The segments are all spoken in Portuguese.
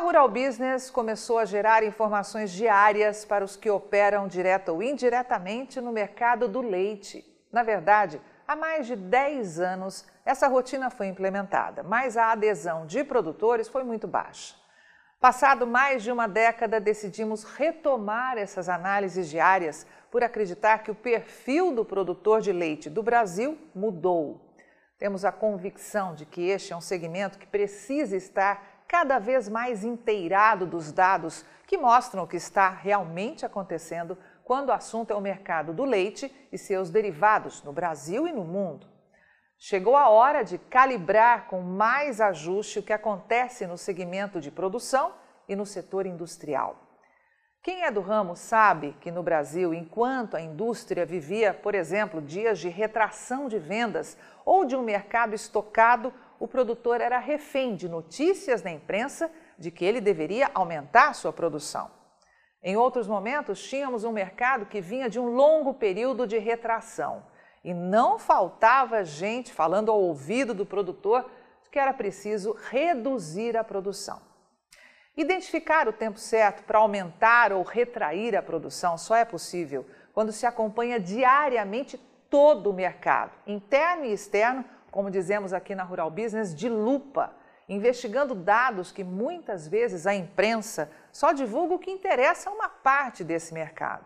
Rural Business começou a gerar informações diárias para os que operam direta ou indiretamente no mercado do leite. Na verdade, há mais de 10 anos essa rotina foi implementada, mas a adesão de produtores foi muito baixa. Passado mais de uma década, decidimos retomar essas análises diárias por acreditar que o perfil do produtor de leite do Brasil mudou. Temos a convicção de que este é um segmento que precisa estar cada vez mais inteirado dos dados que mostram o que está realmente acontecendo quando o assunto é o mercado do leite e seus derivados no Brasil e no mundo. Chegou a hora de calibrar com mais ajuste o que acontece no segmento de produção e no setor industrial. Quem é do ramo sabe que no Brasil, enquanto a indústria vivia, por exemplo, dias de retração de vendas ou de um mercado estocado, o produtor era refém de notícias na imprensa de que ele deveria aumentar sua produção. Em outros momentos, tínhamos um mercado que vinha de um longo período de retração e não faltava gente falando ao ouvido do produtor que era preciso reduzir a produção. Identificar o tempo certo para aumentar ou retrair a produção só é possível quando se acompanha diariamente todo o mercado, interno e externo, como dizemos aqui na Rural Business, de lupa, investigando dados que muitas vezes a imprensa só divulga o que interessa a uma parte desse mercado.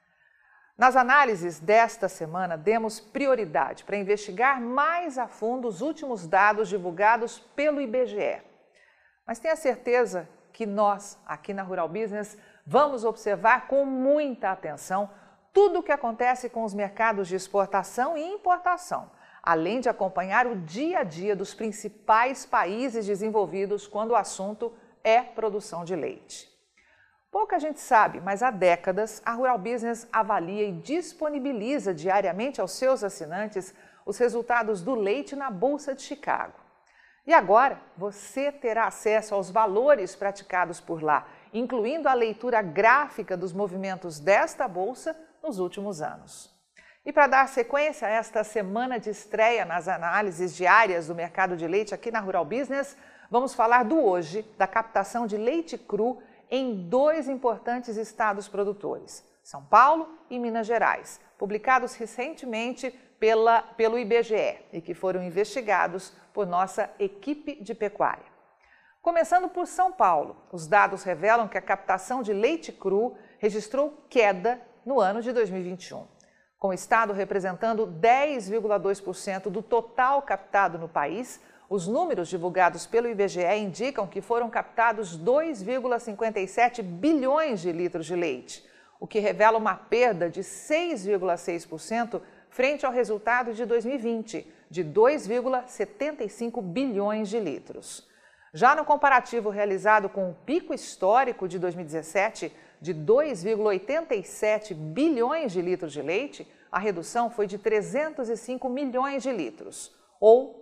Nas análises desta semana, demos prioridade para investigar mais a fundo os últimos dados divulgados pelo IBGE. Mas tenha certeza que nós, aqui na Rural Business, vamos observar com muita atenção tudo o que acontece com os mercados de exportação e importação, além de acompanhar o dia a dia dos principais países desenvolvidos quando o assunto é produção de leite. Pouca gente sabe, mas há décadas a Rural Business avalia e disponibiliza diariamente aos seus assinantes os resultados do leite na Bolsa de Chicago. E agora você terá acesso aos valores praticados por lá, incluindo a leitura gráfica dos movimentos desta bolsa nos últimos anos. E para dar sequência a esta semana de estreia nas análises diárias do mercado de leite aqui na Rural Business, vamos falar do hoje, da captação de leite cru em dois importantes estados produtores, São Paulo e Minas Gerais, publicados recentemente pelo IBGE e que foram investigados por nossa equipe de pecuária. Começando por São Paulo, os dados revelam que a captação de leite cru registrou queda no ano de 2021. Com o estado representando 10,2% do total captado no país, os números divulgados pelo IBGE indicam que foram captados 2,57 bilhões de litros de leite, o que revela uma perda de 6,6% frente ao resultado de 2020, de 2,75 bilhões de litros. Já no comparativo realizado com o pico histórico de 2017, de 2,87 bilhões de litros de leite, a redução foi de 305 milhões de litros, ou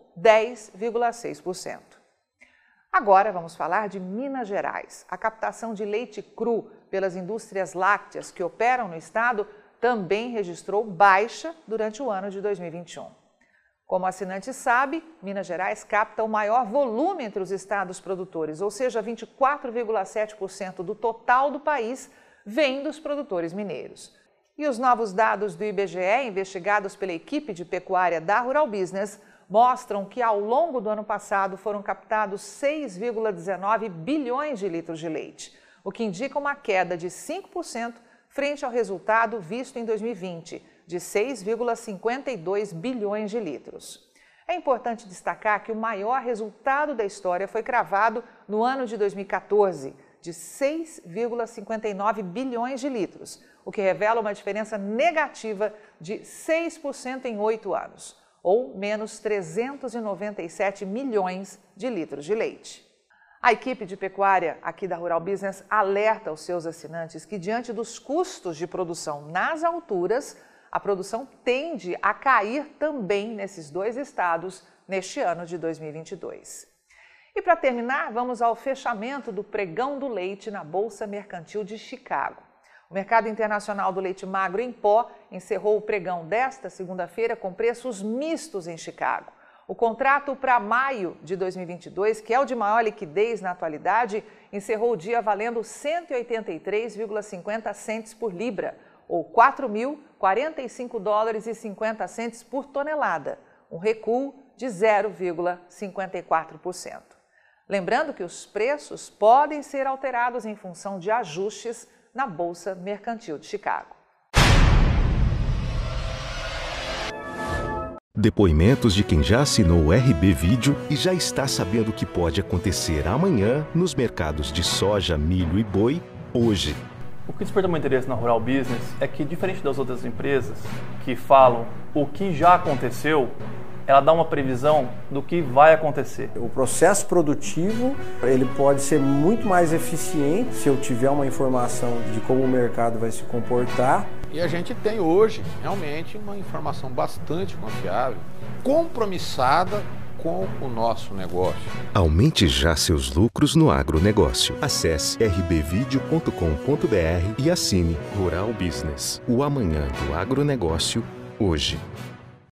10,6%. Agora vamos falar de Minas Gerais. A captação de leite cru pelas indústrias lácteas que operam no estado também registrou baixa durante o ano de 2021. Como o assinante sabe, Minas Gerais capta o maior volume entre os estados produtores, ou seja, 24,7% do total do país vem dos produtores mineiros. E os novos dados do IBGE, investigados pela equipe de pecuária da Rural Business, mostram que ao longo do ano passado foram captados 6,19 bilhões de litros de leite, o que indica uma queda de 5% frente ao resultado visto em 2020, de 6,52 bilhões de litros. É importante destacar que o maior resultado da história foi cravado no ano de 2014, de 6,59 bilhões de litros, o que revela uma diferença negativa de 6% em 8 anos, ou menos 397 milhões de litros de leite. A equipe de pecuária aqui da Rural Business alerta os seus assinantes que, diante dos custos de produção nas alturas, a produção tende a cair também nesses dois estados neste ano de 2022. E para terminar, vamos ao fechamento do pregão do leite na Bolsa Mercantil de Chicago. O mercado internacional do leite magro em pó encerrou o pregão desta segunda-feira com preços mistos em Chicago. O contrato para maio de 2022, que é o de maior liquidez na atualidade, encerrou o dia valendo 183,50 centes por libra, ou 4.045 dólares e 50 centes por tonelada, um recuo de 0,54%. Lembrando que os preços podem ser alterados em função de ajustes na Bolsa Mercantil de Chicago. Depoimentos de quem já assinou o RB Vídeo e já está sabendo o que pode acontecer amanhã nos mercados de soja, milho e boi hoje. O que desperta meu interesse na Rural Business é que, diferente das outras empresas que falam o que já aconteceu, ela dá uma previsão do que vai acontecer. O processo produtivo ele pode ser muito mais eficiente se eu tiver uma informação de como o mercado vai se comportar. E a gente tem hoje realmente uma informação bastante confiável, compromissada com o nosso negócio. Aumente já seus lucros no agronegócio. Acesse rbvideo.com.br e assine Rural Business, o amanhã do agronegócio, hoje.